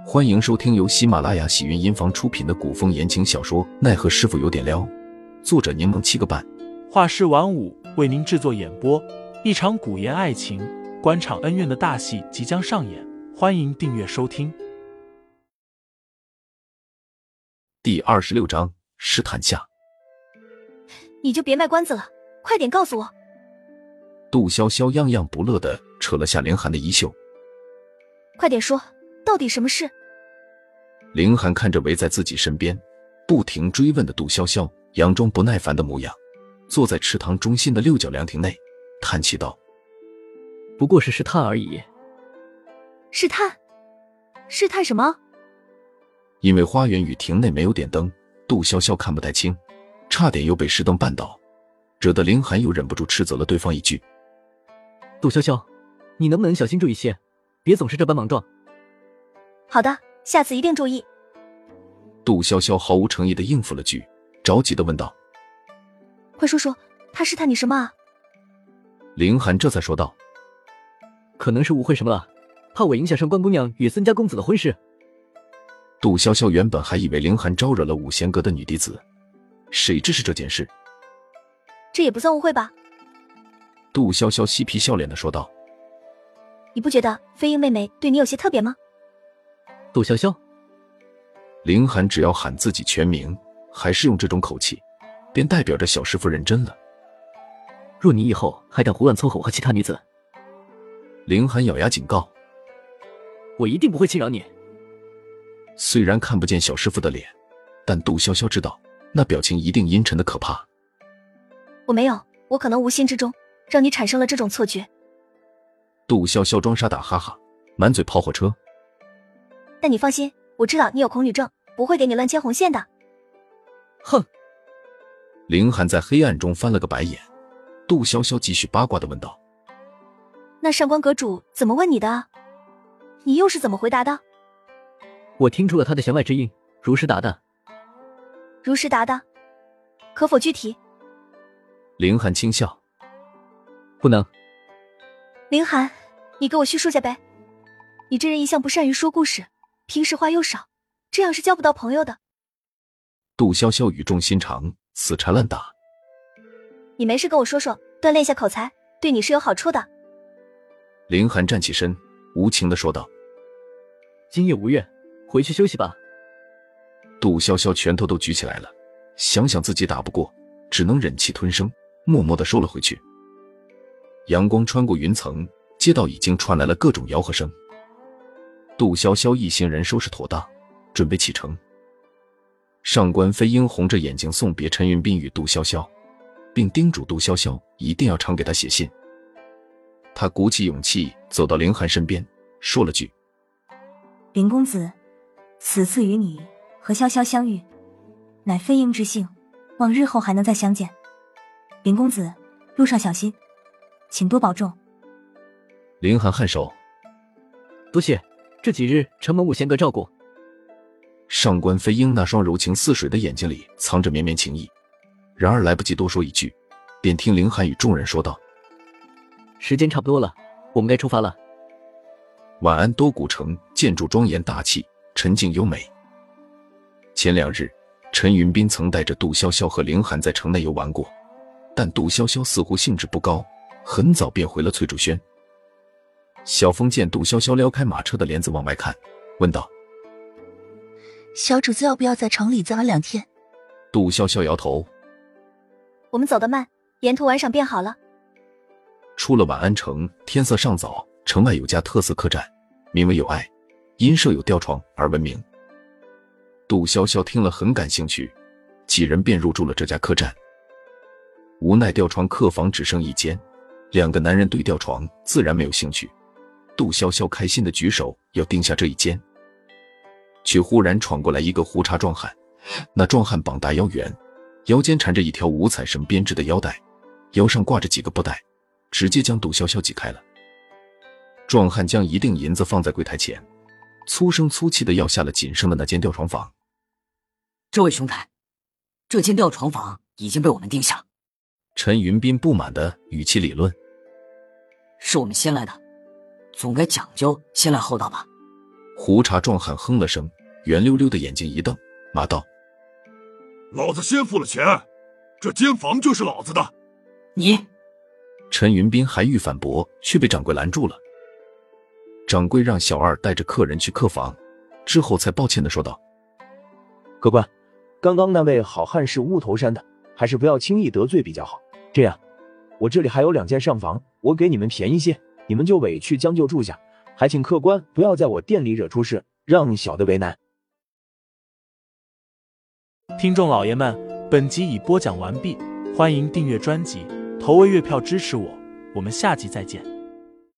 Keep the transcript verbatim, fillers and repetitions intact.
欢迎收听由喜马拉雅喜云音房出品的古风言情小说《奈何师傅有点撩》，作者柠檬七个半， 画师晚舞为您制作演播。一场古言爱情、官场恩怨的大戏即将上演，欢迎订阅收听。 第二十六章试探下。 你就别卖关子了，快点告诉我。 杜潇潇样样不乐地扯了下凌寒的衣袖。 快点说，到底什么事？ 凌寒看着围在自己身边不停追问的杜潇潇，佯装不耐烦的模样，坐在池塘中心的六角凉亭内，叹气道： 不过是试探而已。 试探？试探什么？ 因为花园与亭内没有点灯，杜潇潇看不太清，差点又被石灯绊倒，惹得凌寒又忍不住斥责了对方一句： 杜潇潇，你能不能小心注意些，别总是这般莽撞。 好的，下次一定注意。 杜潇潇毫无诚意地应付了句，着急地问道： 快说说，他试探你什么啊？ 凌寒这才说道： 可能是误会什么了，怕我影响上官姑娘与森家公子的婚事。 杜潇潇原本还以为凌寒招惹了五仙阁的女弟子，谁知是这件事。 这也不算误会吧？ 杜潇潇嬉皮笑脸地说道： 你不觉得飞鹰妹妹对你有些特别吗？ 杜潇潇。 凌寒只要喊自己全名，还是用这种口气，便代表着小师傅认真了。 若你以后还敢胡乱凑合和其他女子， 凌寒咬牙警告： 我一定不会轻饶你。 虽然看不见小师傅的脸，但杜潇潇知道那表情一定阴沉的可怕。 我没有，我可能无心之中让你产生了这种错觉。 杜潇潇装傻打哈哈，满嘴跑火车。 但你放心，我知道你有恐女症，不会给你乱牵红线的。 哼！ 凌寒在黑暗中翻了个白眼。杜潇潇继续八卦地问道： 那上官阁主怎么问你的啊？你又是怎么回答的？ 我听出了他的弦外之音，如实答的。 如实答的？可否具体？ 凌寒轻笑： 不能。 凌寒，你给我叙述下呗。你这人一向不善于说故事，平时话又少，这样是交不到朋友的。 杜潇潇语重心长，死缠烂打。 你没事跟我说说，锻炼一下口才，对你是有好处的。 凌寒站起身，无情地说道： 今夜无月，回去休息吧。 杜潇潇拳头都举起来了，想想自己打不过，只能忍气吞声，默默地收了回去。阳光穿过云层，街道已经传来了各种吆喝声。杜潇潇一行人收拾妥当，准备启程。上官飞鹰红着眼睛送别陈云斌与杜潇潇，并叮嘱杜潇潇一定要常给他写信。他鼓起勇气走到凌寒身边，说了句： 林公子，此次与你和潇潇相遇，乃飞鹰之幸，望日后还能再相见。林公子，路上小心，请多保重。 凌寒颔首： 多谢，这几日承蒙五仙阁照顾。 上官飞鹰那双柔情似水的眼睛里藏着绵绵情意，然而来不及多说一句，便听凌寒与众人说道： 时间差不多了，我们该出发了。 晚安多古城建筑庄严大气，沉静优美。前两日陈云斌曾带着杜潇潇和凌寒在城内游玩过，但杜潇潇似乎兴致不高，很早便回了翠竹轩。小峰见杜潇潇撩开马车的帘子往外看，问道： 小主子要不要在城里暂安两天？ 杜潇潇摇头： 我们走得慢，沿途玩赏便好了。 出了晚安城，天色尚早，城外有家特色客栈，名为有爱，因设有吊床而闻名。杜潇潇听了很感兴趣，几人便入住了这家客栈。无奈吊床客房只剩一间，两个男人对吊床自然没有兴趣。杜潇潇开心地举手要定下这一间，却忽然闯过来一个胡茬壮汉。那壮汉膀大腰圆，腰间缠着一条五彩绳编织的腰带，腰上挂着几个布袋，直接将杜潇潇挤开了。壮汉将一锭银子放在柜台前，粗声粗气地要下了仅剩的那间吊床房。 这位兄台，这间吊床房已经被我们定下。 陈云斌不满的语气理论： 是我们先来的，总该讲究先来后到吧。 胡茶壮汉哼了声，圆溜溜的眼睛一瞪，骂道： 老子先付了钱，这间房就是老子的。 你…… 陈云斌还欲反驳，却被掌柜拦住了。掌柜让小二带着客人去客房，之后才抱歉的说道： 客官，刚刚那位好汉是乌头山的，还是不要轻易得罪比较好。这样，我这里还有两间上房，我给你们便宜些，你们就委屈将就住下，还请客官不要在我店里惹出事，让小的为难。 听众老爷们，本集已播讲完毕，欢迎订阅专辑，投喂月票支持我，我们下集再见。